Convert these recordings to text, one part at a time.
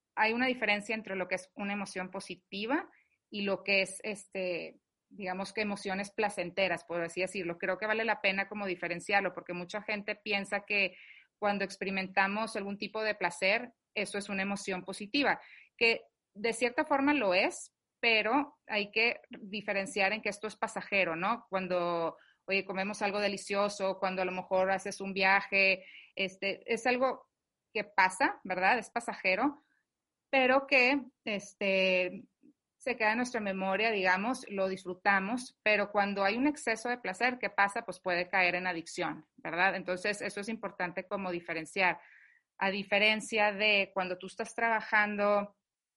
hay una diferencia entre lo que es una emoción positiva y lo que es, digamos que emociones placenteras, por así decirlo. Creo que vale la pena como diferenciarlo, porque mucha gente piensa que cuando experimentamos algún tipo de placer, eso es una emoción positiva, que de cierta forma lo es, pero hay que diferenciar en que esto es pasajero, ¿no? Cuando, oye, comemos algo delicioso, cuando a lo mejor haces un viaje, es algo que pasa, ¿verdad? Es pasajero, pero que se queda en nuestra memoria, digamos, lo disfrutamos, pero cuando hay un exceso de placer, ¿qué pasa? Pues puede caer en adicción, ¿verdad? Entonces, eso es importante como diferenciar. A diferencia de cuando tú estás trabajando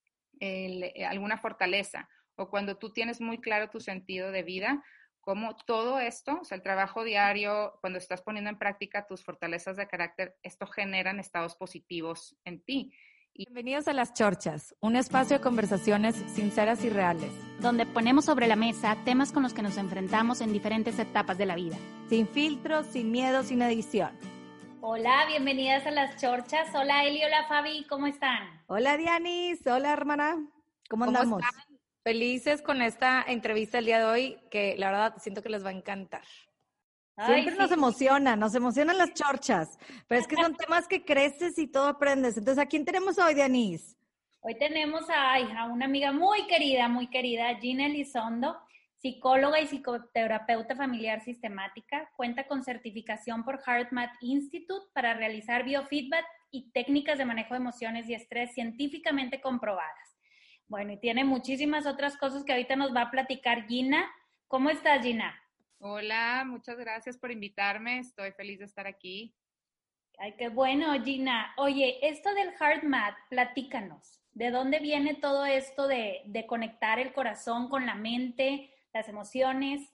alguna fortaleza o cuando tú tienes muy claro tu sentido de vida, como todo esto, o sea, el trabajo diario, cuando estás poniendo en práctica tus fortalezas de carácter, esto generan estados positivos en ti. Bienvenidos a Las Chorchas, un espacio de conversaciones sinceras y reales, donde ponemos sobre la mesa temas con los que nos enfrentamos en diferentes etapas de la vida. sin filtros, sin miedo, sin edición. Hola, bienvenidas a Las Chorchas. Hola Eli, hola Fabi, ¿cómo están? Hola Dianis, hola hermana, ¿cómo andamos? ¿Están? Felices con esta entrevista el día de hoy, que la verdad siento que les va a encantar. Siempre Ay, nos sí. emocionan las chorchas, pero es que son temas que creces y todo aprendes. Entonces, ¿a quién tenemos hoy, Dianis? Hoy tenemos a una amiga muy querida, Gina Elizondo, psicóloga y psicoterapeuta familiar sistemática. Cuenta con certificación por HeartMath Institute para realizar biofeedback y técnicas de manejo de emociones y estrés científicamente comprobadas. Bueno, y tiene muchísimas otras cosas que ahorita nos va a platicar Gina. ¿Cómo estás, Gina? Hola, muchas gracias por invitarme. Estoy feliz de estar aquí. Ay, qué bueno, Gina. Oye, esto del HeartMath, platícanos. ¿De dónde viene todo esto de conectar el corazón con la mente, las emociones?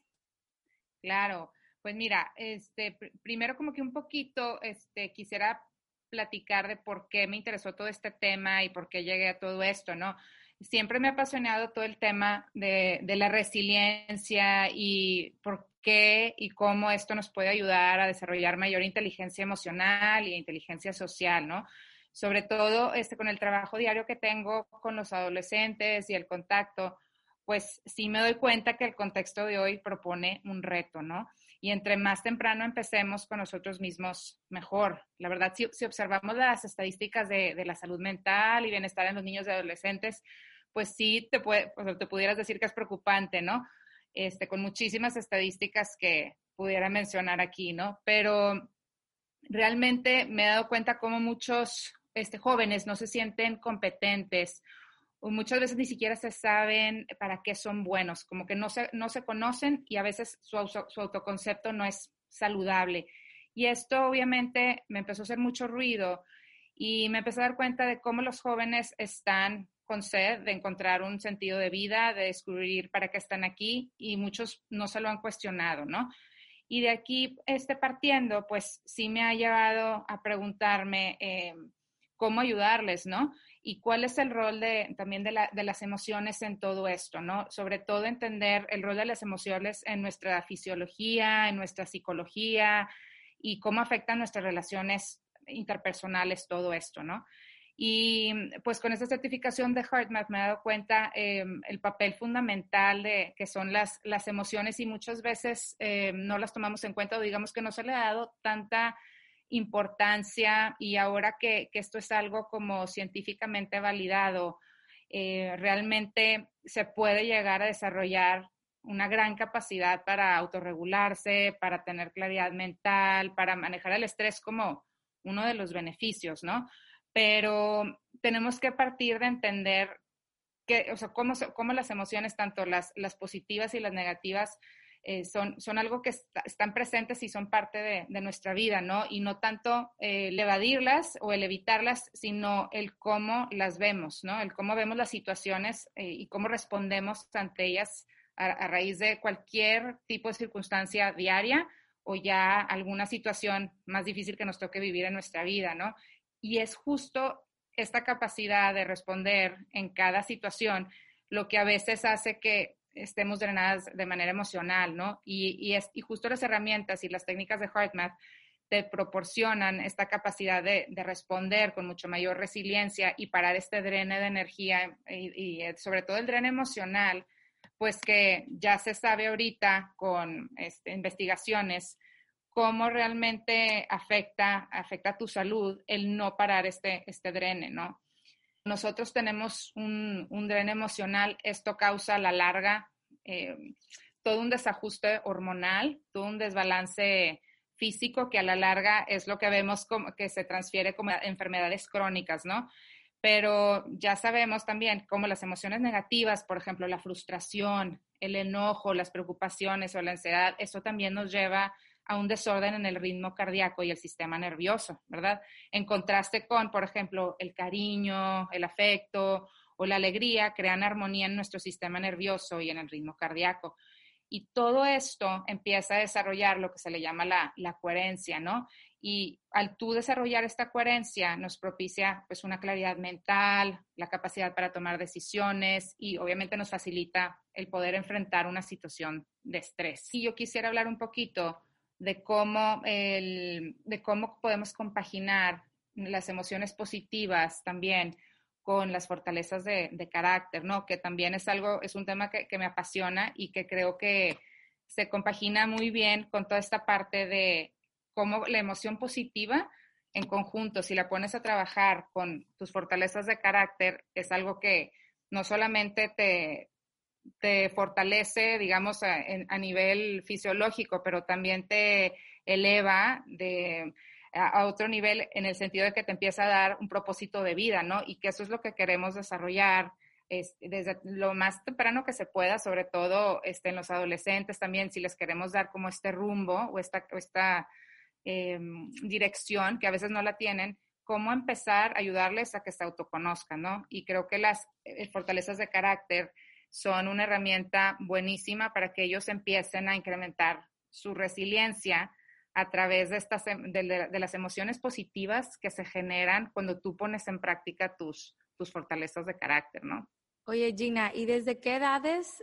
Claro, pues mira, primero como que un poquito, quisiera platicar de por qué me interesó todo este tema y por qué llegué a todo esto, ¿no? Siempre me ha apasionado todo el tema de la resiliencia y por qué y cómo esto nos puede ayudar a desarrollar mayor inteligencia emocional y inteligencia social, ¿no? Sobre todo con el trabajo diario que tengo con los adolescentes y el contacto, pues sí me doy cuenta que el contexto de hoy propone un reto, ¿no? Y entre más temprano empecemos con nosotros mismos, mejor. La verdad, si observamos las estadísticas de la salud mental y bienestar en los niños y adolescentes, pues sí te pudieras decir que es preocupante, ¿no? Con muchísimas estadísticas que pudiera mencionar aquí, ¿no? Pero realmente me he dado cuenta cómo muchos jóvenes no se sienten competentes o muchas veces ni siquiera se saben para qué son buenos, como que no se conocen y a veces su autoconcepto no es saludable. Y esto obviamente me empezó a hacer mucho ruido y me empecé a dar cuenta de cómo los jóvenes están con sed de encontrar un sentido de vida, de descubrir para qué están aquí y muchos no se lo han cuestionado, ¿no? Y de aquí, partiendo, pues sí me ha llevado a preguntarme cómo ayudarles, ¿no? Y cuál es el rol también de las emociones en todo esto, ¿no? Sobre todo entender el rol de las emociones en nuestra fisiología, en nuestra psicología y cómo afectan nuestras relaciones interpersonales, todo esto, ¿no? Y pues con esta certificación de HeartMath me he dado cuenta el papel fundamental de que son las emociones y muchas veces no las tomamos en cuenta o digamos que no se le ha dado tanta importancia y ahora que esto es algo como científicamente validado, realmente se puede llegar a desarrollar una gran capacidad para autorregularse, para tener claridad mental, para manejar el estrés como uno de los beneficios, ¿no? Pero tenemos que partir de entender que, o sea, cómo las emociones, tanto las positivas y las negativas, son algo que están presentes y son parte de nuestra vida, ¿no? Y no tanto el evadirlas o el evitarlas, sino el cómo las vemos, ¿no? El cómo vemos las situaciones y cómo respondemos ante ellas a raíz de cualquier tipo de circunstancia diaria o ya alguna situación más difícil que nos toque vivir en nuestra vida, ¿no? Y es justo esta capacidad de responder en cada situación lo que a veces hace que estemos drenadas de manera emocional, ¿no? Y justo las herramientas y las técnicas de HeartMath te proporcionan esta capacidad de responder con mucho mayor resiliencia y parar este drene de energía y sobre todo el drene emocional, pues que ya se sabe ahorita con investigaciones cómo realmente afecta tu salud el no parar este drene, ¿no? Nosotros tenemos un drene emocional, esto causa a la larga todo un desajuste hormonal, todo un desbalance físico que a la larga es lo que vemos como que se transfiere como enfermedades crónicas, ¿no? Pero ya sabemos también cómo las emociones negativas, por ejemplo, la frustración, el enojo, las preocupaciones o la ansiedad, eso también nos lleva a un desorden en el ritmo cardíaco y el sistema nervioso, ¿verdad? En contraste con, por ejemplo, el cariño, el afecto o la alegría, crean armonía en nuestro sistema nervioso y en el ritmo cardíaco. Y todo esto empieza a desarrollar lo que se le llama la coherencia, ¿no? Y al tú desarrollar esta coherencia nos propicia pues una claridad mental, la capacidad para tomar decisiones y obviamente nos facilita el poder enfrentar una situación de estrés. Y yo quisiera hablar un poquito de cómo podemos compaginar las emociones positivas también con las fortalezas de carácter, ¿no? Que también es un tema que me apasiona y que creo que se compagina muy bien con toda esta parte de cómo la emoción positiva en conjunto, si la pones a trabajar con tus fortalezas de carácter, es algo que no solamente te fortalece, digamos, a nivel fisiológico, pero también te eleva a otro nivel en el sentido de que te empieza a dar un propósito de vida, ¿no? Y que eso es lo que queremos desarrollar desde lo más temprano que se pueda, sobre todo en los adolescentes también, si les queremos dar como este rumbo o esta dirección que a veces no la tienen, cómo empezar a ayudarles a que se autoconozcan, ¿no? Y creo que las fortalezas de carácter son una herramienta buenísima para que ellos empiecen a incrementar su resiliencia a través de las emociones positivas que se generan cuando tú pones en práctica tus fortalezas de carácter, ¿no? Oye, Gina, ¿y desde qué edades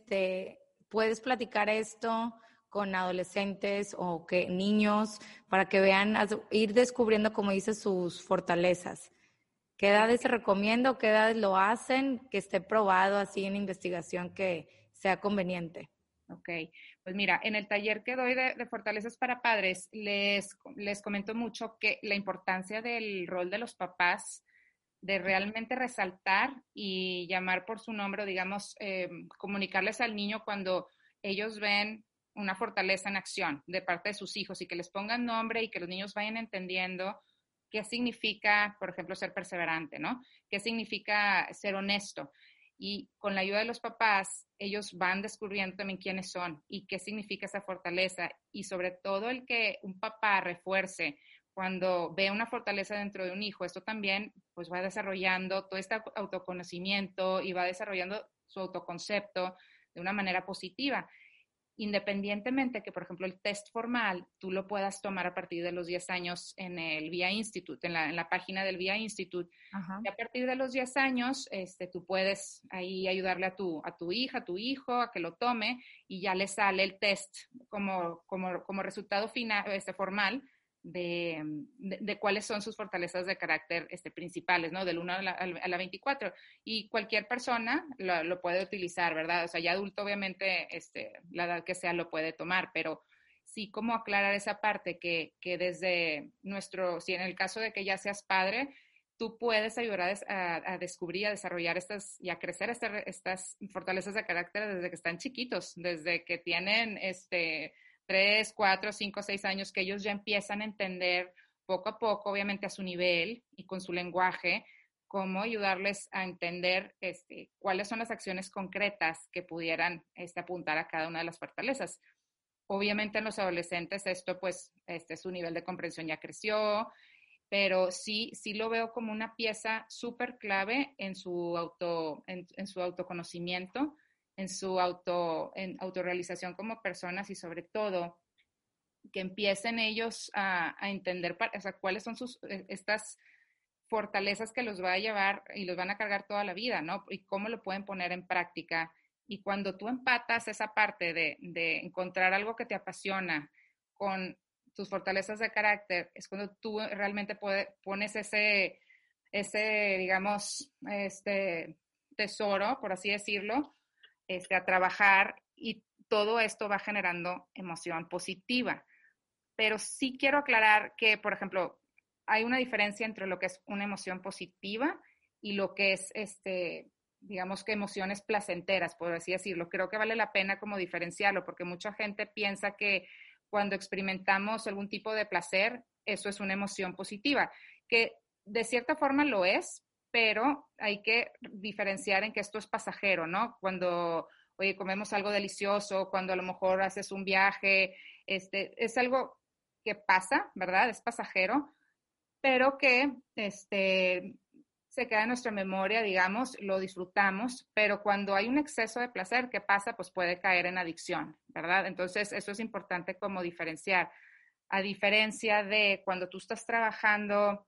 puedes platicar esto con adolescentes o niños para que vean, ir descubriendo, como dices, sus fortalezas? ¿Qué edades se recomienda o qué edades lo hacen que esté probado así en investigación que sea conveniente? Ok, pues mira, en el taller que doy de fortalezas para padres, les comento mucho que la importancia del rol de los papás, de realmente resaltar y llamar por su nombre, o digamos, comunicarles al niño cuando ellos ven una fortaleza en acción de parte de sus hijos y que les pongan nombre y que los niños vayan entendiendo qué significa, por ejemplo, ser perseverante, ¿no? ¿Qué significa ser honesto? Y con la ayuda de los papás, ellos van descubriendo también quiénes son y qué significa esa fortaleza. Y sobre todo el que un papá refuerce cuando ve una fortaleza dentro de un hijo, esto también pues va desarrollando todo este autoconocimiento y va desarrollando su autoconcepto de una manera positiva. Independientemente que, por ejemplo, el test formal tú lo puedas tomar a partir de los 10 años en el VIA Institute, en la página del VIA Institute. Ajá. Y a partir de los 10 años, tú puedes ahí ayudarle a tu hija, a tu hijo, a que lo tome y ya le sale el test como resultado final, formal de cuáles son sus fortalezas de carácter principales, ¿no? Del 1 a la 24. Y cualquier persona lo puede utilizar, ¿verdad? O sea, ya adulto, obviamente, la edad que sea lo puede tomar, pero sí como aclarar esa parte que desde si en el caso de que ya seas padre, tú puedes ayudar a descubrir, a desarrollar y a crecer estas fortalezas de carácter desde que están chiquitos, desde que tienen 3, 4, 5, 6 años, que ellos ya empiezan a entender poco a poco, obviamente a su nivel y con su lenguaje, cómo ayudarles a entender cuáles son las acciones concretas que pudieran apuntar a cada una de las fortalezas. Obviamente en los adolescentes esto pues su nivel de comprensión ya creció, pero sí lo veo como una pieza súper clave en su autoconocimiento, en su autorrealización como personas y sobre todo que empiecen ellos a entender cuáles son estas fortalezas que los va a llevar y los van a cargar toda la vida, ¿no? Y cómo lo pueden poner en práctica. Y cuando tú empatas esa parte de encontrar algo que te apasiona con tus fortalezas de carácter, es cuando tú realmente pones ese, digamos, tesoro, por así decirlo, a trabajar, y todo esto va generando emoción positiva. Pero sí quiero aclarar que, por ejemplo, hay una diferencia entre lo que es una emoción positiva y lo que es, digamos que emociones placenteras, por así decirlo. Creo que vale la pena como diferenciarlo, porque mucha gente piensa que cuando experimentamos algún tipo de placer, eso es una emoción positiva, que de cierta forma lo es, pero hay que diferenciar en que esto es pasajero, ¿no? Cuando, oye, comemos algo delicioso, cuando a lo mejor haces un viaje, es algo que pasa, ¿verdad? Es pasajero, pero que se queda en nuestra memoria, digamos, lo disfrutamos, pero cuando hay un exceso de placer, ¿qué pasa? Pues puede caer en adicción, ¿verdad? Entonces, eso es importante como diferenciar. A diferencia de cuando tú estás trabajando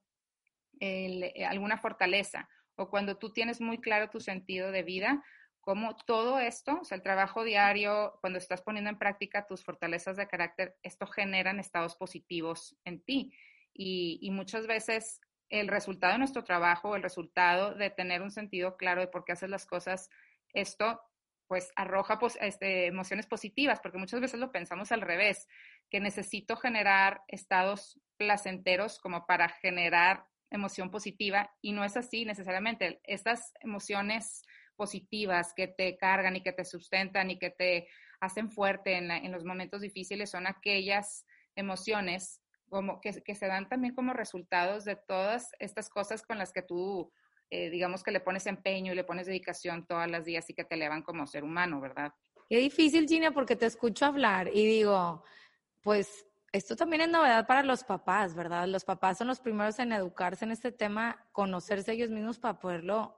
alguna fortaleza o cuando tú tienes muy claro tu sentido de vida, como todo esto, o sea, el trabajo diario, cuando estás poniendo en práctica tus fortalezas de carácter, esto generan estados positivos en ti. Y muchas veces el resultado de nuestro trabajo, el resultado de tener un sentido claro de por qué haces las cosas, esto pues arroja emociones positivas, porque muchas veces lo pensamos al revés, que necesito generar estados placenteros como para generar emoción positiva, y no es así necesariamente. Estas emociones positivas que te cargan y que te sustentan y que te hacen fuerte en los momentos difíciles son aquellas emociones como que se dan también como resultados de todas estas cosas con las que tú, digamos que le pones empeño y le pones dedicación todas las días y que te elevan como ser humano, ¿verdad? Qué difícil, Gina, porque te escucho hablar y digo, pues esto también es novedad para los papás, ¿verdad? Los papás son los primeros en educarse en este tema, conocerse ellos mismos para poderlo,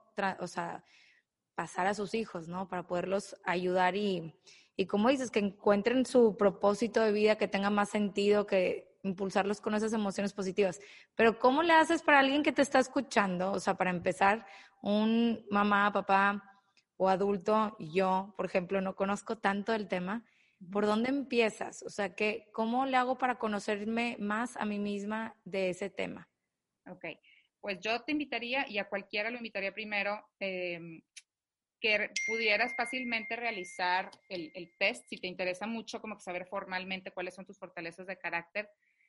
pasar a sus hijos, ¿no? Para poderlos ayudar y como dices, que encuentren su propósito de vida, que tenga más sentido, que impulsarlos con esas emociones positivas. Pero ¿cómo le haces para alguien que te está escuchando? O sea, para empezar, un mamá, papá o adulto, yo, por ejemplo, no conozco tanto el tema. ¿Por dónde empiezas? O sea, ¿cómo le hago para conocerme más a mí misma de ese tema? Ok, pues yo te invitaría, y a cualquiera lo invitaría primero, que pudieras fácilmente realizar el test, si te interesa mucho como que saber formalmente cuáles son tus fortalezas de carácter.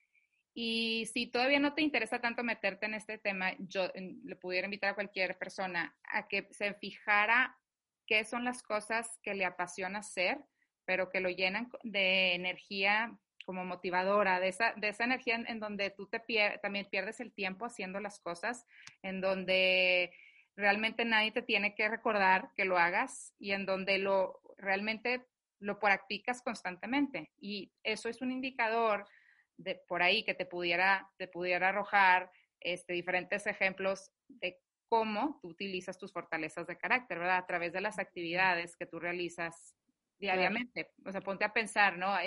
Y si todavía no te interesa tanto meterte en este tema, yo le pudiera invitar a cualquier persona a que se fijara qué son las cosas que le apasiona hacer, pero que lo llenan de energía como motivadora, de esa energía en donde tú también pierdes el tiempo haciendo las cosas, en donde realmente nadie te tiene que recordar que lo hagas y en donde realmente lo practicas constantemente. Y eso es un indicador por ahí que te pudiera arrojar diferentes ejemplos de cómo tú utilizas tus fortalezas de carácter, ¿verdad? A través de las actividades que tú realizas diariamente. Claro. O sea, ponte a pensar, ¿no?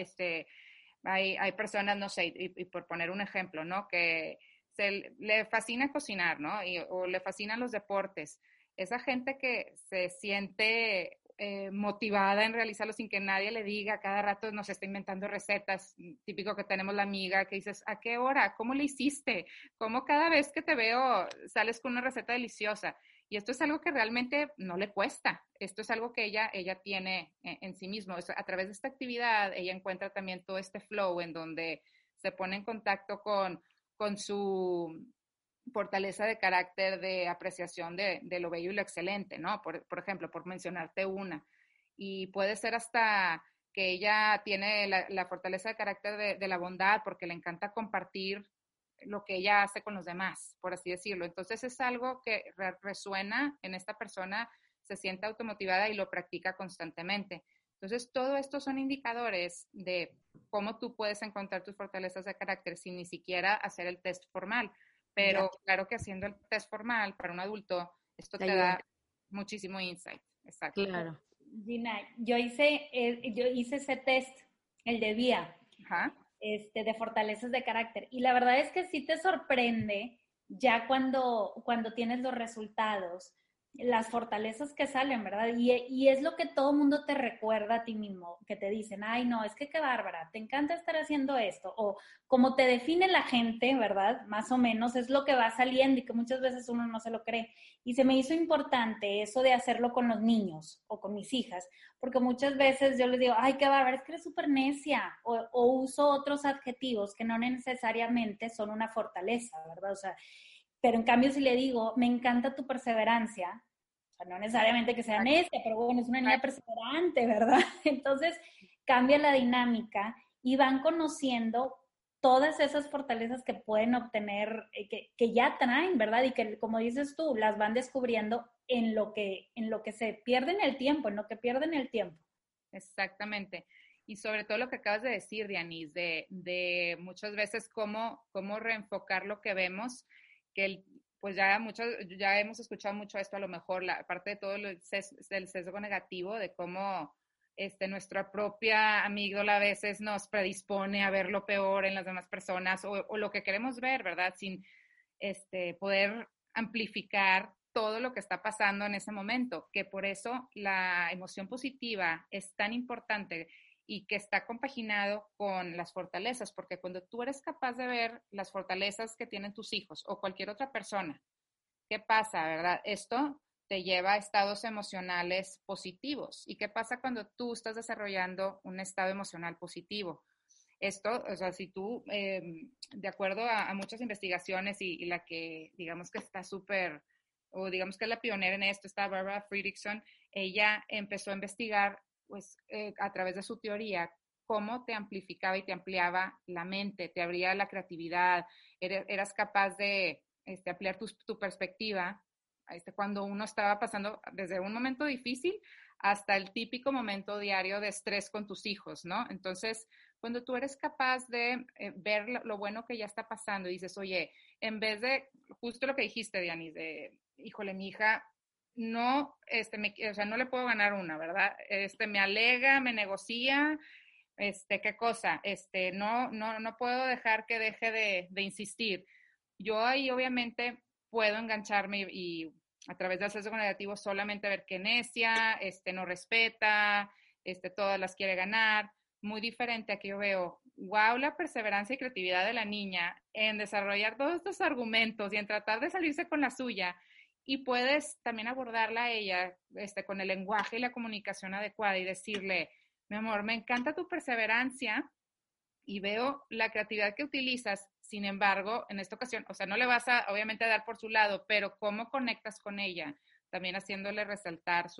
Hay personas, no sé, y por poner un ejemplo, ¿no? Que le fascina cocinar, ¿no? O le fascinan los deportes. Esa gente que se siente motivada en realizarlo sin que nadie le diga, cada rato nos está inventando recetas, típico que tenemos la amiga que dices, ¿a qué hora? ¿Cómo le hiciste? ¿Cómo cada vez que te veo sales con una receta deliciosa? Y esto es algo que realmente no le cuesta. Esto es algo que ella tiene en sí mismo. A través de esta actividad, ella encuentra también todo este flow en donde se pone en contacto con su fortaleza de carácter, de apreciación de lo bello y lo excelente, ¿no? Por ejemplo, por mencionarte una. Y puede ser hasta que ella tiene la fortaleza de carácter de la bondad porque le encanta compartir lo que ella hace con los demás, por así decirlo. Entonces es algo que resuena en esta persona, se siente automotivada y lo practica constantemente. Entonces, todo esto son indicadores de cómo tú puedes encontrar tus fortalezas de carácter sin ni siquiera hacer el test formal. Pero claro que haciendo el test formal para un adulto, esto te da muchísimo insight. Exacto. Claro. Gina, yo hice ese test, el de VIA, Ajá. De fortalezas de carácter. Y la verdad es que sí te sorprende ya cuando tienes los resultados. las fortalezas que salen, ¿verdad? Y es lo que todo mundo te recuerda a ti mismo, que te dicen, ay, no, es que qué bárbara, te encanta estar haciendo esto, o como te define la gente, ¿verdad? Más o menos es lo que va saliendo y que muchas veces uno no se lo cree. Y se me hizo importante eso de hacerlo con los niños o con mis hijas, porque muchas veces yo les digo, ay, qué bárbara, es que eres súper necia, o uso otros adjetivos que no necesariamente son una fortaleza, ¿verdad? O sea, pero en cambio si le digo, me encanta tu perseverancia, o sea, no necesariamente que sea necia, pero bueno, es una niña perseverante, ¿verdad? Entonces cambia la dinámica y van conociendo todas esas fortalezas que pueden obtener, que ya traen, ¿verdad? Y que, como dices tú, las van descubriendo en lo que se pierden el tiempo, en lo que pierden el tiempo. Exactamente. Y sobre todo lo que acabas de decir, Dianis, de muchas veces cómo reenfocar lo que vemos, que pues ya hemos escuchado mucho esto, a lo mejor la parte de todo el sesgo negativo, de cómo nuestra propia amígdala a veces nos predispone a ver lo peor en las demás personas o lo que queremos ver, ¿verdad? Sin poder amplificar todo lo que está pasando en ese momento, que por eso la emoción positiva es tan importante y que está compaginado con las fortalezas, porque cuando tú eres capaz de ver las fortalezas que tienen tus hijos o cualquier otra persona, ¿qué pasa, verdad? Esto te lleva a estados emocionales positivos. ¿Y qué pasa cuando tú estás desarrollando un estado emocional positivo? Esto, o sea, si tú, de acuerdo a muchas investigaciones y la que digamos que está súper, o digamos que es la pionera en esto, está Barbara Fredrickson, ella empezó a investigar, pues, a través de su teoría, cómo te amplificaba y te ampliaba la mente, te abría la creatividad, eras capaz de ampliar tu perspectiva, cuando uno estaba pasando desde un momento difícil hasta el típico momento diario de estrés con tus hijos, ¿no? Entonces, cuando tú eres capaz de ver lo bueno que ya está pasando y dices, oye, en vez de, justo lo que dijiste, Dianis, de, híjole, mi hija, no, o sea, no le puedo ganar una, ¿verdad? Me alega, me negocia, ¿qué cosa? No puedo dejar que deje de insistir. Yo ahí obviamente puedo engancharme y a través del sesgo negativo solamente ver que necia, no respeta, todas las quiere ganar. Muy diferente a que yo veo, wow, la perseverancia y creatividad de la niña en desarrollar todos estos argumentos y en tratar de salirse con la suya. Y puedes también abordarla a ella con el lenguaje y la comunicación adecuada y decirle, mi amor, me encanta tu perseverancia y veo la creatividad que utilizas. Sin embargo, en esta ocasión, o sea, no le vas a, obviamente, a dar por su lado, pero cómo conectas con ella, también haciéndole resaltar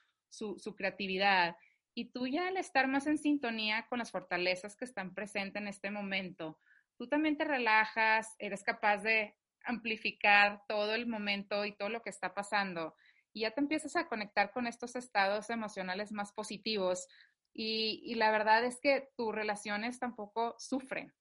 su creatividad. Y tú ya al estar más en sintonía con las fortalezas que están presentes en este momento, tú también te relajas, eres capaz de amplificar todo el momento y todo lo que está pasando. Y ya te empiezas a conectar con estos estados emocionales más positivos, y la verdad es que tus relaciones tampoco sufren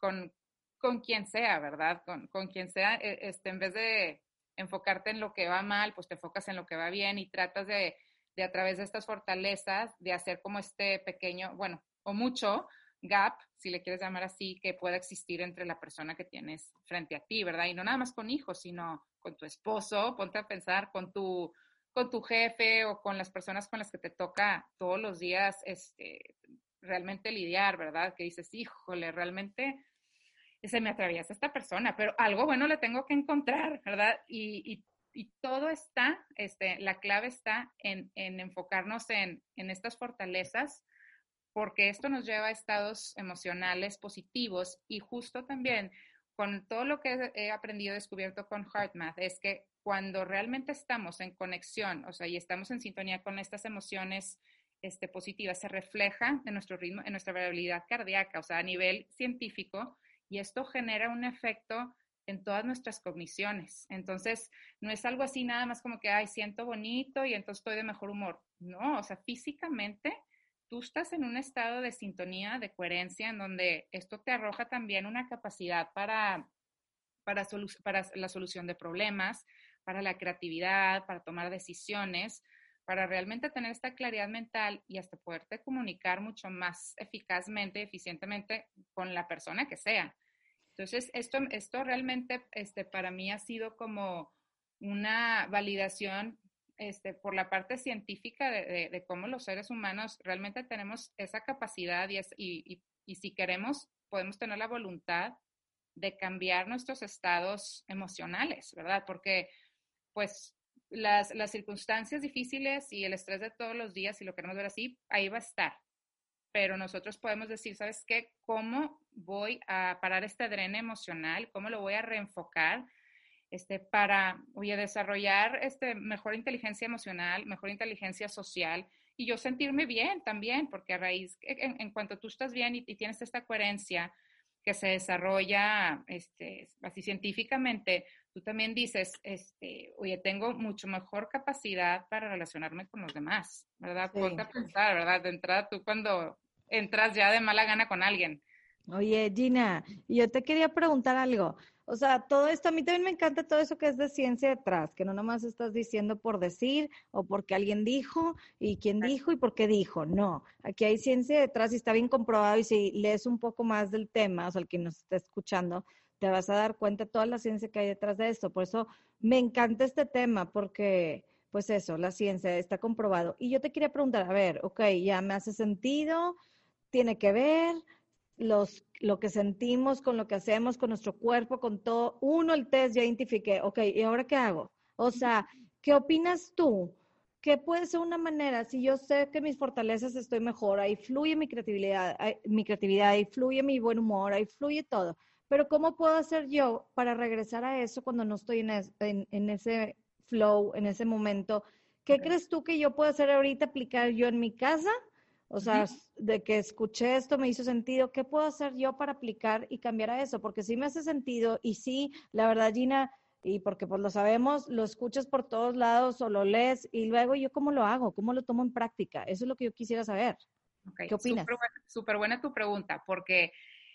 con quien sea, ¿verdad? Con quien sea, en vez de enfocarte en lo que va mal, pues te enfocas en lo que va bien y tratas de a través de estas fortalezas, de hacer como este pequeño, bueno, o mucho gap, si le quieres llamar así, que pueda existir entre la persona que tienes frente a ti, ¿verdad? Y no nada más con hijos, sino con tu esposo, ponte a pensar, con tu jefe o con las personas con las que te toca todos los días realmente lidiar, ¿verdad? Que dices, híjole, realmente se me atraviesa esta persona, pero algo bueno le tengo que encontrar, ¿verdad? Y todo está, la clave está en enfocarnos en estas fortalezas, porque esto nos lleva a estados emocionales positivos y justo también con todo lo que he aprendido, descubierto con HeartMath, es que cuando realmente estamos en conexión, o sea, y estamos en sintonía con estas emociones positivas, se refleja en nuestro ritmo, en nuestra variabilidad cardíaca, o sea, a nivel científico, y esto genera un efecto en todas nuestras cogniciones. Entonces, no es algo así nada más como que, ay, siento bonito y entonces estoy de mejor humor. No, o sea, físicamente tú estás en un estado de sintonía, de coherencia, en donde esto te arroja también una capacidad para la solución de problemas, para la creatividad, para tomar decisiones, para realmente tener esta claridad mental y hasta poderte comunicar mucho más eficazmente, eficientemente con la persona que sea. Entonces, esto realmente para mí ha sido como una validación por la parte científica de cómo los seres humanos realmente tenemos esa capacidad y si queremos, podemos tener la voluntad de cambiar nuestros estados emocionales, ¿verdad? Porque, pues, las circunstancias difíciles y el estrés de todos los días, si lo queremos ver así, ahí va a estar. Pero nosotros podemos decir, ¿sabes qué? ¿Cómo voy a parar este drene emocional? ¿Cómo lo voy a reenfocar? Para, oye, desarrollar mejor inteligencia emocional, mejor inteligencia social y yo sentirme bien también, porque a raíz, en cuanto tú estás bien y tienes esta coherencia que se desarrolla así científicamente, tú también dices, oye, tengo mucho mejor capacidad para relacionarme con los demás, ¿verdad? Sí. Ponte a pensar, ¿verdad? De entrada, tú cuando entras ya de mala gana con alguien. Oye, Gina, yo te quería preguntar algo. O sea, todo esto, a mí también me encanta todo eso que es de ciencia detrás, que no nomás estás diciendo por decir o porque alguien dijo y quién dijo y por qué dijo. No, aquí hay ciencia detrás y está bien comprobado y si lees un poco más del tema, o sea, el que nos está escuchando, te vas a dar cuenta de toda la ciencia que hay detrás de esto. Por eso me encanta este tema porque, pues eso, la ciencia está comprobado. Y yo te quería preguntar, a ver, ok, ya me hace sentido, tiene que ver lo que sentimos, con lo que hacemos, con nuestro cuerpo, con todo. Uno, el test, ya identifiqué, ok, ¿y ahora qué hago? O sea, ¿qué opinas tú? ¿Qué puede ser una manera? Si yo sé que mis fortalezas estoy mejor, ahí fluye mi creatividad, ahí fluye mi buen humor, ahí fluye todo. Pero ¿cómo puedo hacer yo para regresar a eso cuando no estoy en ese flow, en ese momento? ¿Qué Okay. crees tú que yo puedo hacer ahorita, aplicar yo en mi casa? O sea, de que escuché esto me hizo sentido. ¿Qué puedo hacer yo para aplicar y cambiar a eso? Porque sí me hace sentido y sí, la verdad, Gina, y porque pues lo sabemos, lo escuchas por todos lados o lo lees y luego yo cómo lo hago, cómo lo tomo en práctica. Eso es lo que yo quisiera saber. Okay. ¿Qué opinas? Súper buena tu pregunta, porque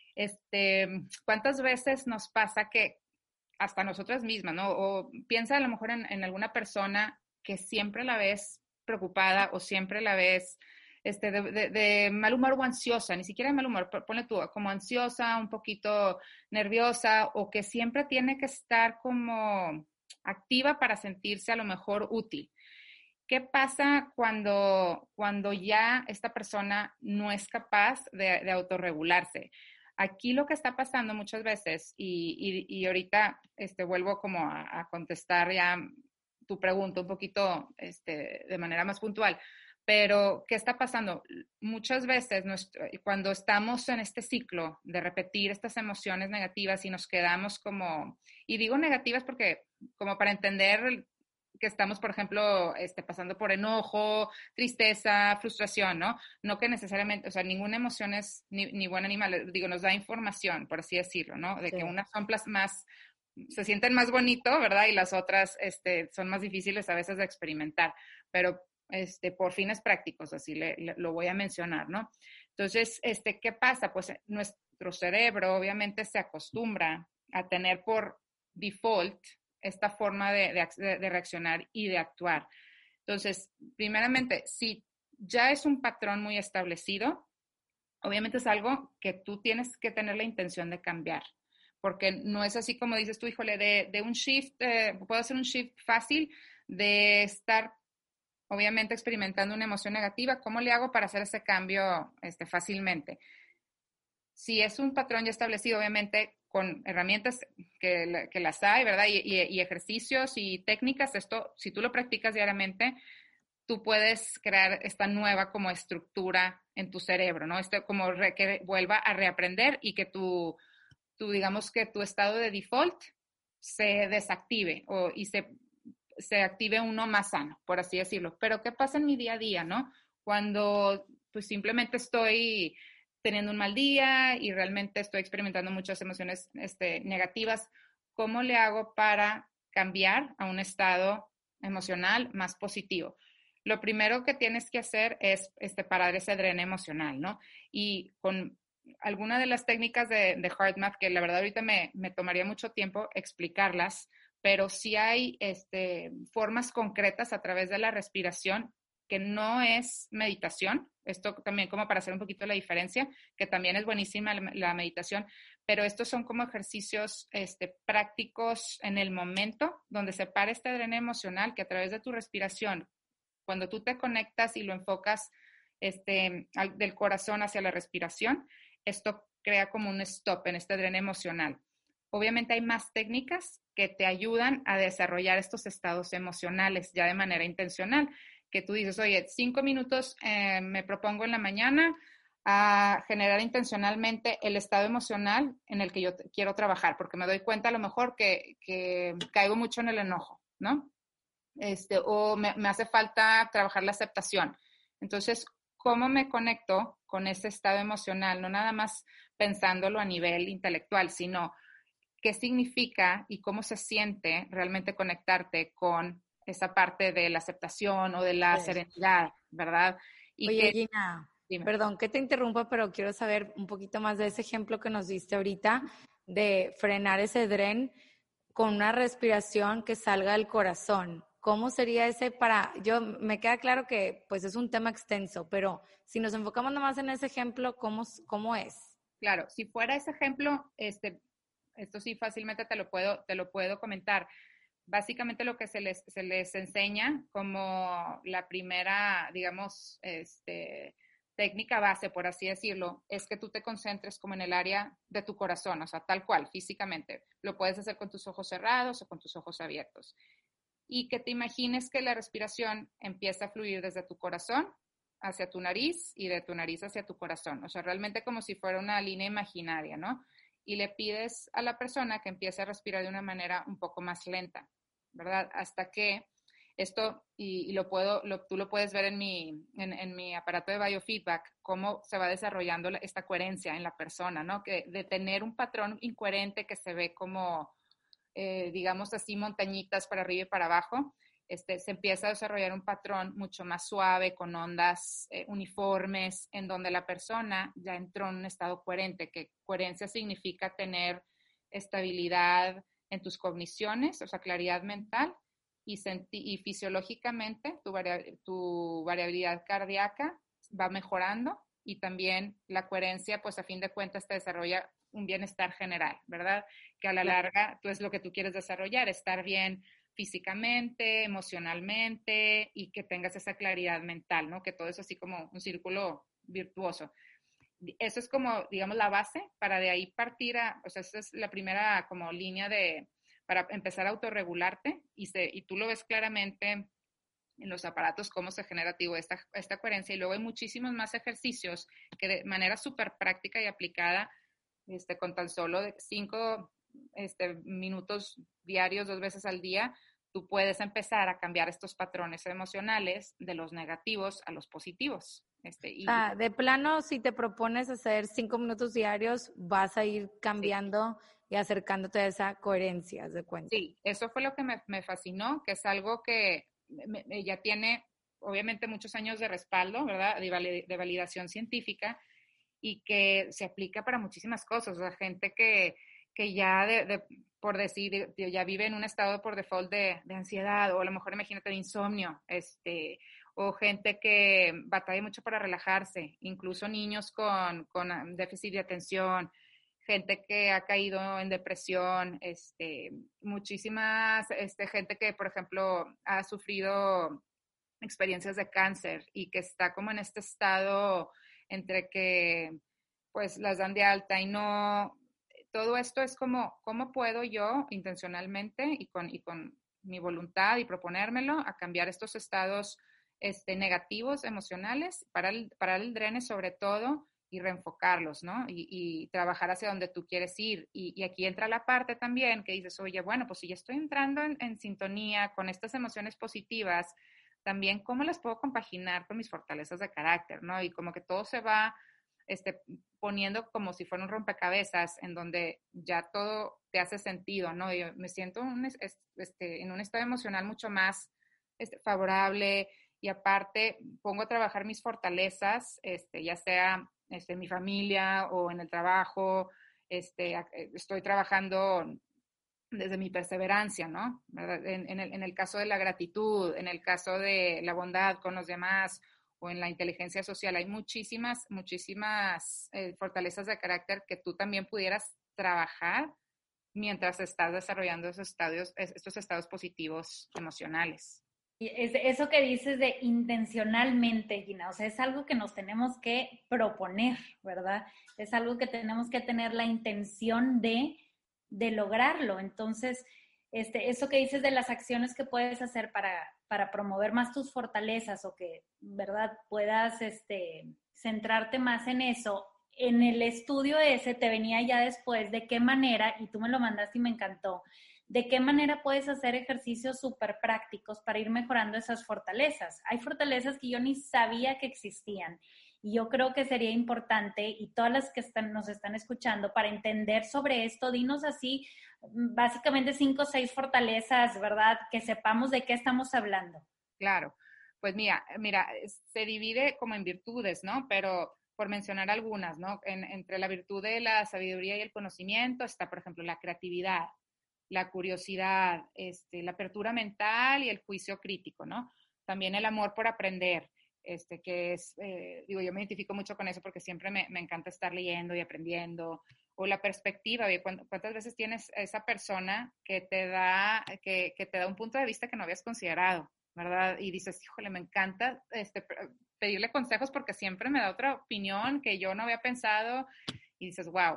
¿cuántas veces nos pasa que hasta nosotras mismas, ¿no? O piensa a lo mejor en alguna persona que siempre la ves preocupada o siempre la ves de mal humor o ansiosa, ni siquiera de mal humor, ponle tú, como ansiosa, un poquito nerviosa o que siempre tiene que estar como activa para sentirse a lo mejor útil. ¿Qué pasa cuando ya esta persona no es capaz de autorregularse? Aquí lo que está pasando muchas veces, y ahorita vuelvo como a contestar ya tu pregunta un poquito de manera más puntual, pero ¿qué está pasando? Muchas veces cuando estamos en este ciclo de repetir estas emociones negativas y nos quedamos como, y digo negativas porque como para entender que estamos, por ejemplo, pasando por enojo, tristeza, frustración, ¿no? No que necesariamente, o sea, ninguna emoción es ni buena ni mala, digo, nos da información, por así decirlo, ¿no? De Sí. que unas son más, se sienten más bonito, ¿verdad? Y las otras son más difíciles a veces de experimentar, pero por fines prácticos, así lo voy a mencionar, ¿no? Entonces, ¿qué pasa? Pues nuestro cerebro obviamente se acostumbra a tener por default esta forma de reaccionar y de actuar. Entonces, primeramente, si ya es un patrón muy establecido, obviamente es algo que tú tienes que tener la intención de cambiar, porque no es así como dices tú, híjole, de un shift, puedo hacer un shift fácil de estar obviamente experimentando una emoción negativa, ¿cómo le hago para hacer ese cambio fácilmente? Si es un patrón ya establecido, obviamente con herramientas que las hay, ¿verdad? Y ejercicios y técnicas, esto, si tú lo practicas diariamente, tú puedes crear esta nueva como estructura en tu cerebro, ¿no? Como que vuelva a reaprender y que digamos que tu estado de default se desactive y se active uno más sano, por así decirlo. Pero ¿qué pasa en mi día a día, no? Cuando pues simplemente estoy teniendo un mal día y realmente estoy experimentando muchas emociones negativas, ¿cómo le hago para cambiar a un estado emocional más positivo? Lo primero que tienes que hacer es parar ese dreno emocional, ¿no? Y con alguna de las técnicas de HeartMath, que la verdad ahorita me tomaría mucho tiempo explicarlas, pero sí hay formas concretas a través de la respiración que no es meditación, esto también como para hacer un poquito la diferencia, que también es buenísima la meditación, pero estos son como ejercicios prácticos en el momento, donde se para este drenaje emocional que a través de tu respiración, cuando tú te conectas y lo enfocas del corazón hacia la respiración, esto crea como un stop en este drenaje emocional. Obviamente hay más técnicas que te ayudan a desarrollar estos estados emocionales ya de manera intencional, que tú dices, oye, 5 minutos me propongo en la mañana a generar intencionalmente el estado emocional en el que yo quiero trabajar, porque me doy cuenta a lo mejor que caigo mucho en el enojo, ¿no? O me hace falta trabajar la aceptación. Entonces, ¿cómo me conecto con ese estado emocional? No nada más pensándolo a nivel intelectual, sino qué significa y cómo se siente realmente conectarte con esa parte de la aceptación o de la serenidad, ¿verdad? Y Oye, Gina, dime. perdón que te interrumpa, pero quiero saber un poquito más de ese ejemplo que nos diste ahorita de frenar ese dren con una respiración que salga del corazón. ¿Cómo sería ese me queda claro que pues es un tema extenso, pero si nos enfocamos nomás en ese ejemplo, ¿cómo es? Claro, si fuera ese ejemplo, esto sí fácilmente te lo puedo comentar. Básicamente lo que se les enseña como la primera, digamos, técnica base, por así decirlo, es que tú te concentres como en el área de tu corazón, o sea, tal cual, físicamente. Lo puedes hacer con tus ojos cerrados o con tus ojos abiertos. Y que te imagines que la respiración empieza a fluir desde tu corazón hacia tu nariz y de tu nariz hacia tu corazón. O sea, realmente como si fuera una línea imaginaria, ¿no? Y le pides a la persona que empiece a respirar de una manera un poco más lenta, ¿verdad? Hasta que esto, y tú lo puedes ver en mi aparato de biofeedback, cómo se va desarrollando esta coherencia en la persona, ¿no? Que de tener un patrón incoherente que se ve como, digamos así, montañitas para arriba y para abajo, se empieza a desarrollar un patrón mucho más suave, con ondas uniformes, en donde la persona ya entró en un estado coherente, que coherencia significa tener estabilidad en tus cogniciones, o sea, claridad mental, y fisiológicamente tu variabilidad cardíaca va mejorando, y también la coherencia, pues a fin de cuentas te desarrolla un bienestar general, ¿verdad? Que a la larga tú es lo que tú quieres desarrollar, estar bien físicamente, emocionalmente, y que tengas esa claridad mental, ¿no? Que todo es así como un círculo virtuoso. Eso es como, digamos, la base para de ahí partir o sea, esa es la primera como línea para empezar a autorregularte, y tú lo ves claramente en los aparatos, cómo se genera, digo, esta coherencia. Y luego hay muchísimos más ejercicios que de manera súper práctica y aplicada, con tan solo 5 minutos diarios, 2 veces al día, tú puedes empezar a cambiar estos patrones emocionales de los negativos a los positivos. De plano, si te propones hacer 5 minutos diarios, vas a ir cambiando y acercándote a esa coherencia, de cuenta. Sí, eso fue lo que me fascinó, que es algo que ya tiene obviamente muchos años de respaldo, ¿verdad? De validación científica, y que se aplica para muchísimas cosas. O sea, gente que ya, por decir, ya vive en un estado por default de ansiedad, o a lo mejor imagínate de insomnio, o gente que batalla mucho para relajarse, incluso niños con déficit de atención, gente que ha caído en depresión, muchísimas gente que, por ejemplo, ha sufrido experiencias de cáncer y que está como en este estado entre que pues las dan de alta y no. Todo esto es como, ¿cómo puedo yo intencionalmente y con mi voluntad y proponérmelo a cambiar estos estados negativos emocionales, para el drene sobre todo, y reenfocarlos, ¿no? Y trabajar hacia donde tú quieres ir. Y aquí entra la parte también que dices, oye, bueno, pues si ya estoy entrando en sintonía con estas emociones positivas, también cómo las puedo compaginar con mis fortalezas de carácter, ¿no? Y como que todo se va poniendo como si fuera un rompecabezas, en donde ya todo te hace sentido, ¿no? Yo me siento en un estado emocional mucho más favorable, y aparte pongo a trabajar mis fortalezas, ya sea en mi familia o en el trabajo. Estoy trabajando desde mi perseverancia, ¿no? En el caso de la gratitud, en el caso de la bondad con los demás, o en la inteligencia social, hay muchísimas fortalezas de carácter que tú también pudieras trabajar mientras estás desarrollando estos estados positivos emocionales. Y eso que dices de intencionalmente, Gina, o sea, es algo que nos tenemos que proponer, ¿verdad? Es algo que tenemos que tener la intención de lograrlo. Entonces, eso que dices de las acciones que puedes hacer para promover más tus fortalezas o que, ¿verdad?, puedas centrarte más en eso. En el estudio ese te venía ya después de qué manera, y tú me lo mandaste y me encantó, de qué manera puedes hacer ejercicios súper prácticos para ir mejorando esas fortalezas. Hay fortalezas que yo ni sabía que existían y yo creo que sería importante, y todas las que nos están escuchando, para entender sobre esto, dinos así, básicamente 5 o 6 fortalezas, ¿verdad? Que sepamos de qué estamos hablando. Claro, pues mira, se divide como en virtudes, ¿no? Pero por mencionar algunas, ¿no? Entre la virtud de la sabiduría y el conocimiento está, por ejemplo, la creatividad, la curiosidad, la apertura mental y el juicio crítico, ¿no? También el amor por aprender, que es, yo me identifico mucho con eso porque siempre me encanta estar leyendo y aprendiendo, o la perspectiva, ¿cuántas veces tienes esa persona que te da un punto de vista que no habías considerado, ¿verdad? Y dices, híjole, me encanta pedirle consejos porque siempre me da otra opinión que yo no había pensado, y dices, wow.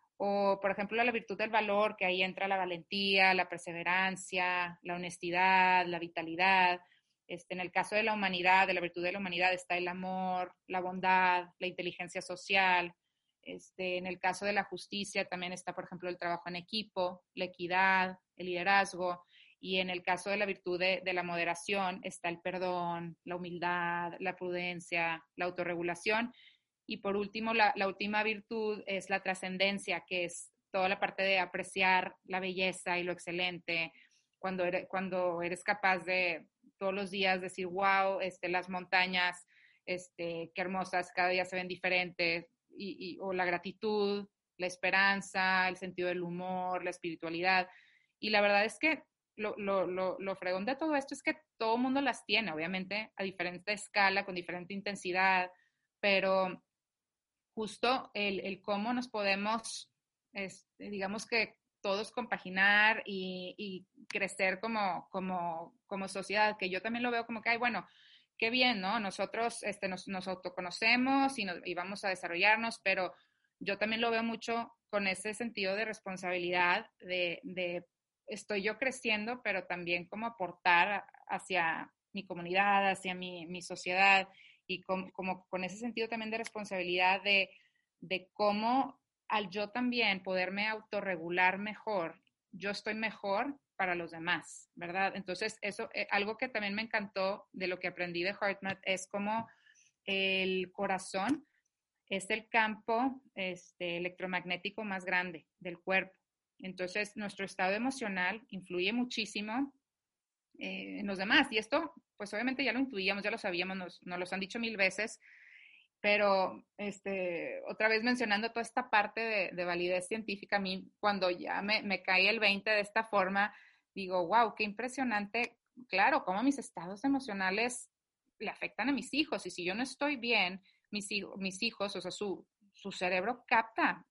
O, por ejemplo, la virtud del valor, que ahí entra la valentía, la perseverancia, la honestidad, la vitalidad. En el caso de la humanidad, de la virtud de la humanidad, está el amor, la bondad, la inteligencia social. En el caso de la justicia también está, por ejemplo, el trabajo en equipo, la equidad, el liderazgo. Y en el caso de la virtud de la moderación está el perdón, la humildad, la prudencia, la autorregulación. Y por último, la última virtud es la trascendencia, que es toda la parte de apreciar la belleza y lo excelente, cuando eres capaz de todos los días decir, wow, las montañas, qué hermosas, cada día se ven diferentes, o la gratitud, la esperanza, el sentido del humor, la espiritualidad. Y la verdad es que lo fregón de todo esto es que todo el mundo las tiene, obviamente a diferente escala, con diferente intensidad, pero justo el cómo nos podemos, digamos que todos compaginar y crecer como sociedad, que yo también lo veo como que, ay, bueno, qué bien, ¿no? Nosotros nos autoconocemos y vamos a desarrollarnos, pero yo también lo veo mucho con ese sentido de responsabilidad, de estoy yo creciendo, pero también como aportar hacia mi comunidad, hacia mi sociedad, y como con ese sentido también de responsabilidad de cómo al yo también poderme autorregular mejor, yo estoy mejor para los demás, ¿verdad? Entonces, eso, algo que también me encantó de lo que aprendí de HeartMath es como el corazón es el campo electromagnético más grande del cuerpo. Entonces, nuestro estado emocional influye muchísimo en los demás. Y esto, pues obviamente ya lo intuíamos, ya lo sabíamos, nos lo han dicho 1000 veces, pero otra vez mencionando toda esta parte de validez científica, a mí cuando ya me cae el 20 de esta forma, digo, wow, qué impresionante, claro, cómo mis estados emocionales le afectan a mis hijos, y si yo no estoy bien, mis hijos, o sea, su cerebro capta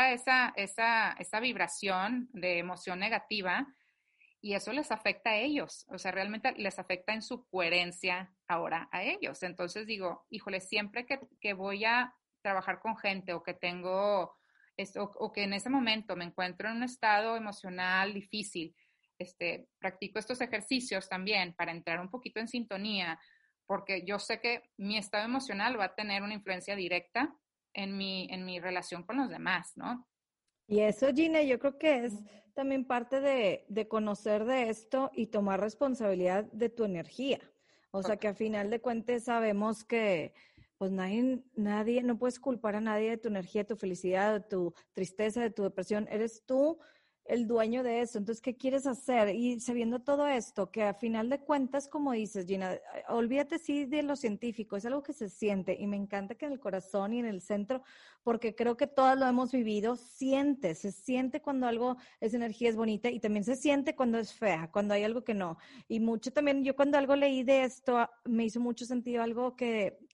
esa vibración de emoción negativa, y eso les afecta a ellos, o sea, realmente les afecta en su coherencia ahora a ellos. Entonces digo, híjole, siempre que voy a trabajar con gente o que tengo, o que en ese momento me encuentro en un estado emocional difícil, practico estos ejercicios también para entrar un poquito en sintonía, porque yo sé que mi estado emocional va a tener una influencia directa en mi relación con los demás, ¿no? Y eso, Gina, yo creo que es también parte de conocer de esto y tomar responsabilidad de tu energía. O sea, que a final de cuentas sabemos que pues nadie, no puedes culpar a nadie de tu energía, de tu felicidad, de tu tristeza, de tu depresión. Eres tú el dueño de eso. Entonces, ¿qué quieres hacer? Y sabiendo todo esto, que a final de cuentas, como dices, Gina, olvídate sí de lo científico, es algo que se siente, y me encanta que en el corazón y en el centro, porque creo que todas lo hemos vivido, se siente cuando algo es energía, es bonita, y también se siente cuando es fea, cuando hay algo que no. Y mucho también, yo cuando algo leí de esto, me hizo mucho sentido algo que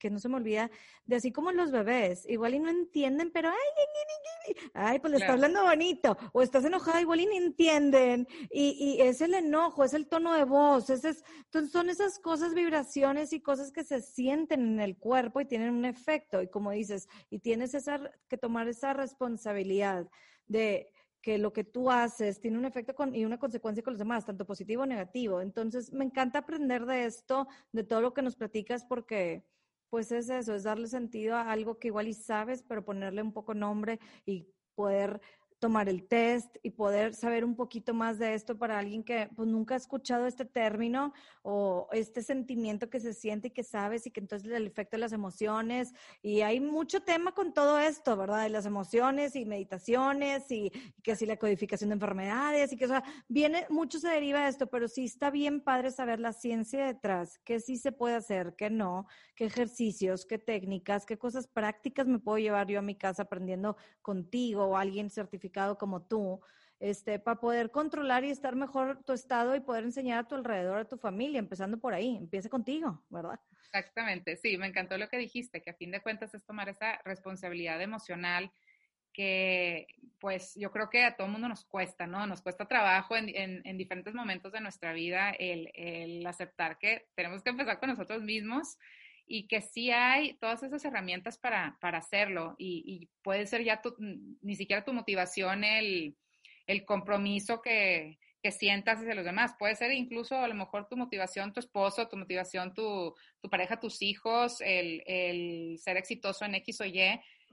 que no se me olvida, de así como los bebés, igual y no entienden, pero ay, pues le está hablando bonito, o estás enojada, igual y ni entienden, y es el enojo, es el tono de voz, entonces son esas cosas, vibraciones y cosas que se sienten en el cuerpo y tienen un efecto, y como dices, y tienes que tomar esa responsabilidad de que lo que tú haces tiene un efecto y una consecuencia con los demás, tanto positivo o negativo. Entonces, me encanta aprender de esto, de todo lo que nos platicas, porque pues es eso, es darle sentido a algo que igual y sabes, pero ponerle un poco nombre y poder tomar el test y poder saber un poquito más de esto para alguien que pues nunca ha escuchado este término o este sentimiento que se siente y que sabes y que entonces el efecto de las emociones y hay mucho tema con todo esto, ¿verdad? De las emociones y meditaciones y que si la codificación de enfermedades y que, o sea, mucho se deriva de esto, pero sí está bien padre saber la ciencia detrás, qué sí se puede hacer, qué no, qué ejercicios, qué técnicas, qué cosas prácticas me puedo llevar yo a mi casa aprendiendo contigo o alguien certificado como tú, para poder controlar y estar mejor tu estado y poder enseñar a tu alrededor, a tu familia, empezando por ahí, empieza contigo, ¿verdad? Exactamente, sí, me encantó lo que dijiste, que a fin de cuentas es tomar esa responsabilidad emocional que pues yo creo que a todo mundo nos cuesta, ¿no? Nos cuesta trabajo en diferentes momentos de nuestra vida el aceptar que tenemos que empezar con nosotros mismos y que sí hay todas esas herramientas para hacerlo y puede ser ya ni siquiera tu motivación el compromiso que sientas hacia los demás. Puede ser incluso a lo mejor tu motivación, tu esposo, tu motivación, tu pareja, tus hijos, el ser exitoso en X o Y.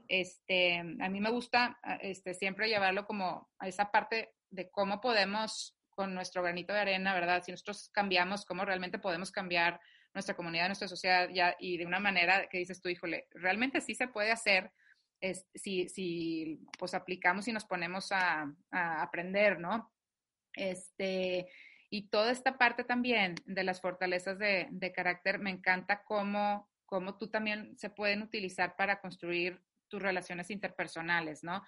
A mí me gusta siempre llevarlo como a esa parte de cómo podemos con nuestro granito de arena, ¿verdad? Si nosotros cambiamos, cómo realmente podemos cambiar nuestra comunidad, nuestra sociedad ya, y de una manera que dices tú, híjole, realmente sí se puede hacer si pues aplicamos y nos ponemos a aprender, ¿no? Y toda esta parte también de las fortalezas de carácter, me encanta cómo tú también se pueden utilizar para construir tus relaciones interpersonales, ¿no?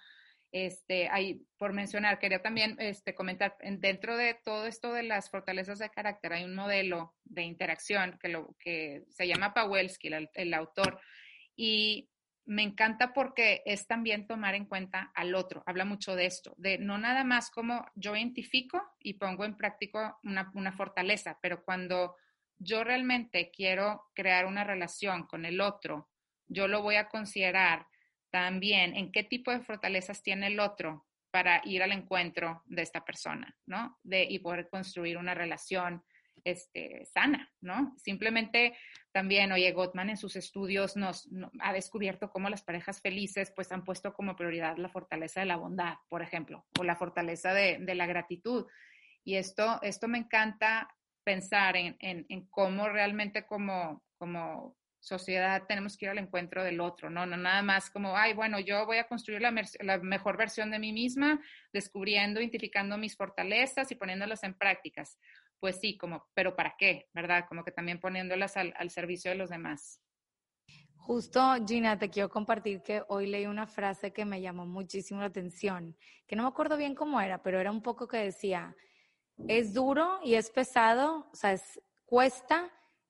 Por mencionar, quería también comentar, dentro de todo esto de las fortalezas de carácter, hay un modelo de interacción que se llama Pawelski, el autor, y me encanta porque es también tomar en cuenta al otro. Habla mucho de esto, de no nada más como yo identifico y pongo en práctica una fortaleza, pero cuando yo realmente quiero crear una relación con el otro, yo lo voy a considerar también en qué tipo de fortalezas tiene el otro para ir al encuentro de esta persona, ¿no? Y poder construir una relación sana, ¿no? Simplemente también, oye, Gottman en sus estudios ha descubierto cómo las parejas felices pues han puesto como prioridad la fortaleza de la bondad, por ejemplo, o la fortaleza de la gratitud. Y esto me encanta pensar en cómo realmente como sociedad tenemos que ir al encuentro del otro, ¿no? No nada más como, ay, bueno, yo voy a construir la mejor versión de mí misma, descubriendo, identificando mis fortalezas y poniéndolas en prácticas. Pues sí, pero ¿para qué? ¿Verdad? Como que también poniéndolas al servicio de los demás. Justo, Gina, te quiero compartir que hoy leí una frase que me llamó muchísimo la atención, que no me acuerdo bien cómo era, pero era un poco que decía, es duro y es pesado, o sea, cuesta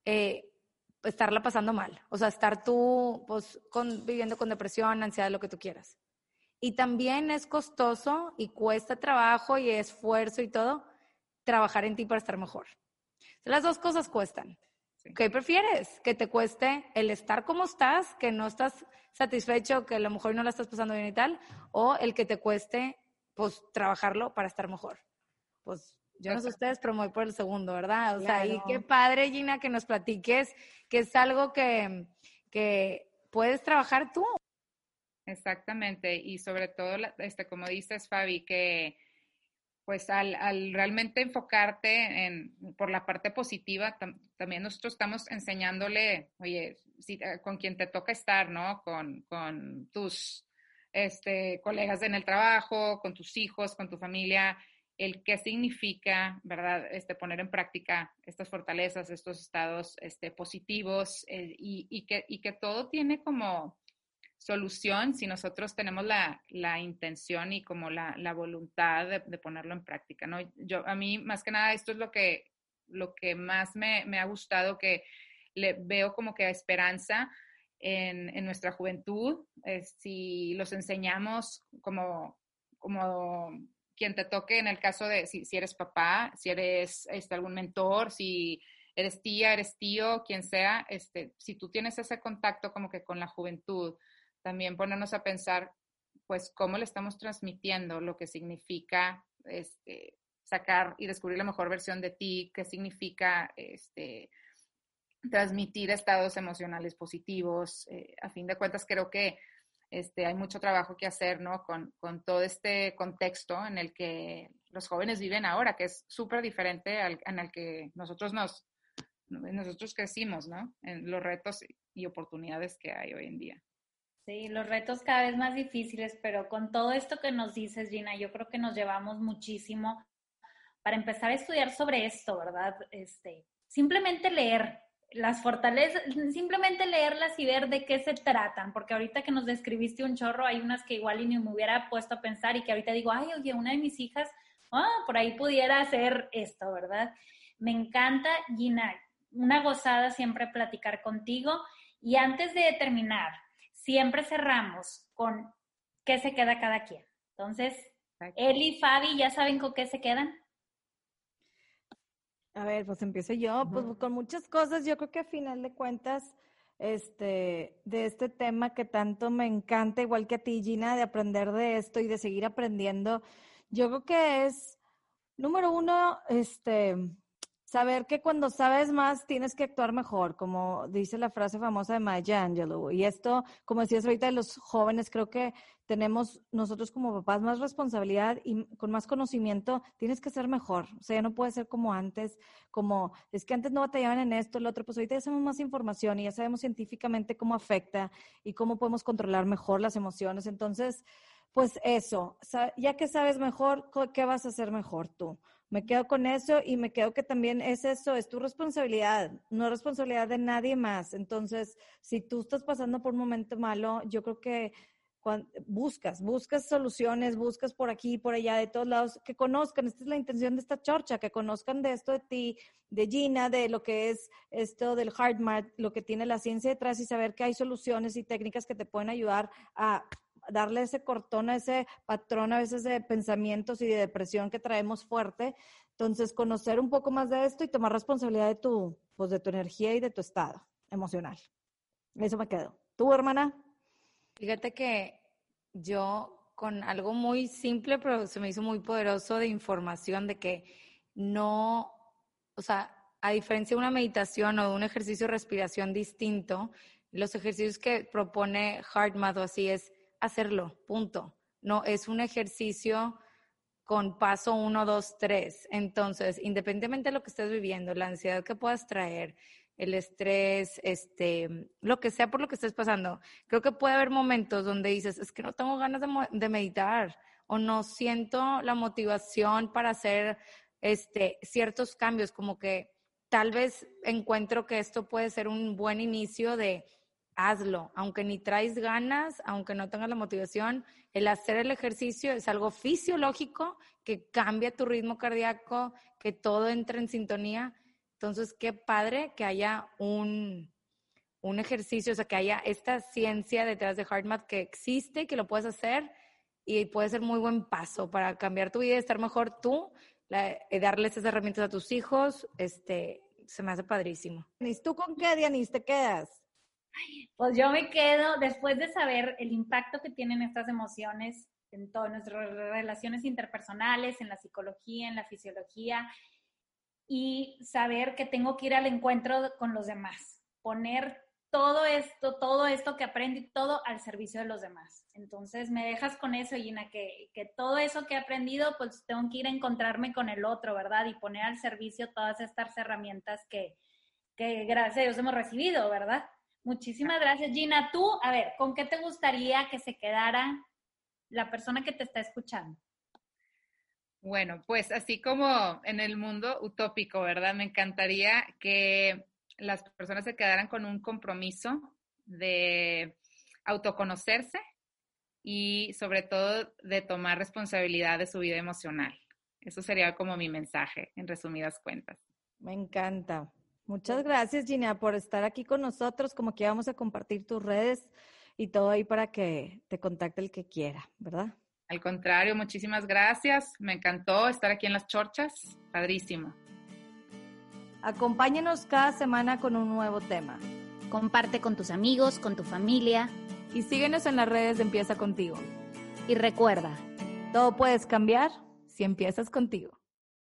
estarla pasando mal, o sea, estar tú pues, viviendo con depresión, ansiedad, lo que tú quieras. Y también es costoso y cuesta trabajo y esfuerzo y todo, trabajar en ti para estar mejor. Las dos cosas cuestan. Sí. ¿Qué prefieres? ¿Que te cueste el estar como estás, que no estás satisfecho, que a lo mejor no la estás pasando bien y tal, o el que te cueste, pues, trabajarlo para estar mejor? Pues, yo no sé ustedes, pero me voy por el segundo, ¿verdad? O sea, y qué padre, Gina, que nos platiques que es algo que puedes trabajar tú. Exactamente, y sobre todo, como dices, Fabi, que pues al realmente enfocarte por la parte positiva, también nosotros estamos enseñándole, oye, con quien te toca estar, ¿no? Con tus colegas en el trabajo, con tus hijos, con tu familia, el qué significa, ¿verdad? Poner en práctica estas fortalezas, estos estados positivos, y que todo tiene como solución si nosotros tenemos la intención y como la voluntad de ponerlo en práctica, ¿no? A mí, más que nada, esto es lo que más me ha gustado, que le veo como que esperanza en nuestra juventud, si los enseñamos como quien te toque en el caso de si eres papá, si eres algún mentor, si eres tía, eres tío, quien sea, si tú tienes ese contacto como que con la juventud, también ponernos a pensar, pues, cómo le estamos transmitiendo lo que significa sacar y descubrir la mejor versión de ti, qué significa transmitir estados emocionales positivos. A fin de cuentas, creo que hay mucho trabajo que hacer, ¿no? Con todo este contexto en el que los jóvenes viven ahora, que es súper diferente en el que nosotros crecimos, ¿no? En los retos y oportunidades que hay hoy en día. Sí, los retos cada vez más difíciles, pero con todo esto que nos dices, Gina, yo creo que nos llevamos muchísimo para empezar a estudiar sobre esto, ¿verdad? Simplemente leer las fortalezas, simplemente leerlas y ver de qué se tratan, porque ahorita que nos describiste un chorro, hay unas que igual y ni me hubiera puesto a pensar y que ahorita digo, ay, oye, una de mis hijas, por ahí pudiera hacer esto, ¿verdad? Me encanta, Gina, una gozada siempre platicar contigo. Y antes de terminar, siempre cerramos con qué se queda cada quien. Entonces, Eli, Fabi, ¿ya saben con qué se quedan? A ver, pues empiezo yo, pues con muchas cosas. Yo creo que a final de cuentas, de este tema que tanto me encanta, igual que a ti, Gina, de aprender de esto y de seguir aprendiendo, yo creo que es, número uno, saber que cuando sabes más tienes que actuar mejor, como dice la frase famosa de Maya Angelou. Y esto, como decías ahorita de los jóvenes, creo que tenemos nosotros como papás más responsabilidad y con más conocimiento, tienes que ser mejor. O sea, ya no puede ser como antes, como es que antes no batallaban en esto, lo otro, pues ahorita ya sabemos más información y ya sabemos científicamente cómo afecta y cómo podemos controlar mejor las emociones. Entonces, pues eso, ya que sabes mejor, ¿qué vas a hacer mejor tú? Me quedo con eso y me quedo que también es eso, es tu responsabilidad, no es responsabilidad de nadie más. Entonces, si tú estás pasando por un momento malo, yo creo que buscas soluciones, buscas por aquí, por allá, de todos lados, que conozcan, esta es la intención de esta chorcha, que conozcan de esto de ti, de Gina, de lo que es esto del HeartMath, lo que tiene la ciencia detrás y saber que hay soluciones y técnicas que te pueden ayudar a darle ese cortón a ese patrón a veces de pensamientos y de depresión que traemos fuerte. Entonces, conocer un poco más de esto y tomar responsabilidad de tu energía y de tu estado emocional. Eso me quedo. ¿Tú, hermana? Fíjate que yo con algo muy simple, pero se me hizo muy poderoso de información de que no, o sea, a diferencia de una meditación o de un ejercicio de respiración distinto, los ejercicios que propone HeartMath o así es hacerlo, punto. No, es un ejercicio con paso 1, 2, 3. Entonces, independientemente de lo que estés viviendo, la ansiedad que puedas traer, el estrés, lo que sea por lo que estés pasando, creo que puede haber momentos donde dices, es que no tengo ganas de meditar o no siento la motivación para hacer ciertos cambios, como que tal vez encuentro que esto puede ser un buen inicio de hazlo, aunque ni traes ganas, aunque no tengas la motivación, el hacer el ejercicio es algo fisiológico que cambia tu ritmo cardíaco, que todo entra en sintonía. Entonces, qué padre que haya un ejercicio, o sea, que haya esta ciencia detrás de HeartMath que existe, que lo puedes hacer y puede ser muy buen paso para cambiar tu vida, estar mejor tú, darles esas herramientas a tus hijos, se me hace padrísimo. ¿Y tú con qué, Dianis, te quedas? Pues yo me quedo, después de saber el impacto que tienen estas emociones en todas nuestras relaciones interpersonales, en la psicología, en la fisiología, y saber que tengo que ir al encuentro con los demás, poner todo esto que aprendí, todo al servicio de los demás. Entonces me dejas con eso, Gina, que todo eso que he aprendido, pues tengo que ir a encontrarme con el otro, ¿verdad? Y poner al servicio todas estas herramientas que gracias a Dios hemos recibido, ¿verdad? Muchísimas gracias, Gina. Tú, a ver, ¿con qué te gustaría que se quedara la persona que te está escuchando? Bueno, pues así como en el mundo utópico, ¿verdad? Me encantaría que las personas se quedaran con un compromiso de autoconocerse y sobre todo de tomar responsabilidad de su vida emocional. Eso sería como mi mensaje, en resumidas cuentas. Me encanta. Muchas gracias, Gina, por estar aquí con nosotros. Como que vamos a compartir tus redes y todo ahí para que te contacte el que quiera, ¿verdad? Al contrario, muchísimas gracias. Me encantó estar aquí en Las Chorchas. Padrísimo. Acompáñenos cada semana con un nuevo tema. Comparte con tus amigos, con tu familia. Y síguenos en las redes de Empieza Contigo. Y recuerda, Todo puedes cambiar si empiezas contigo.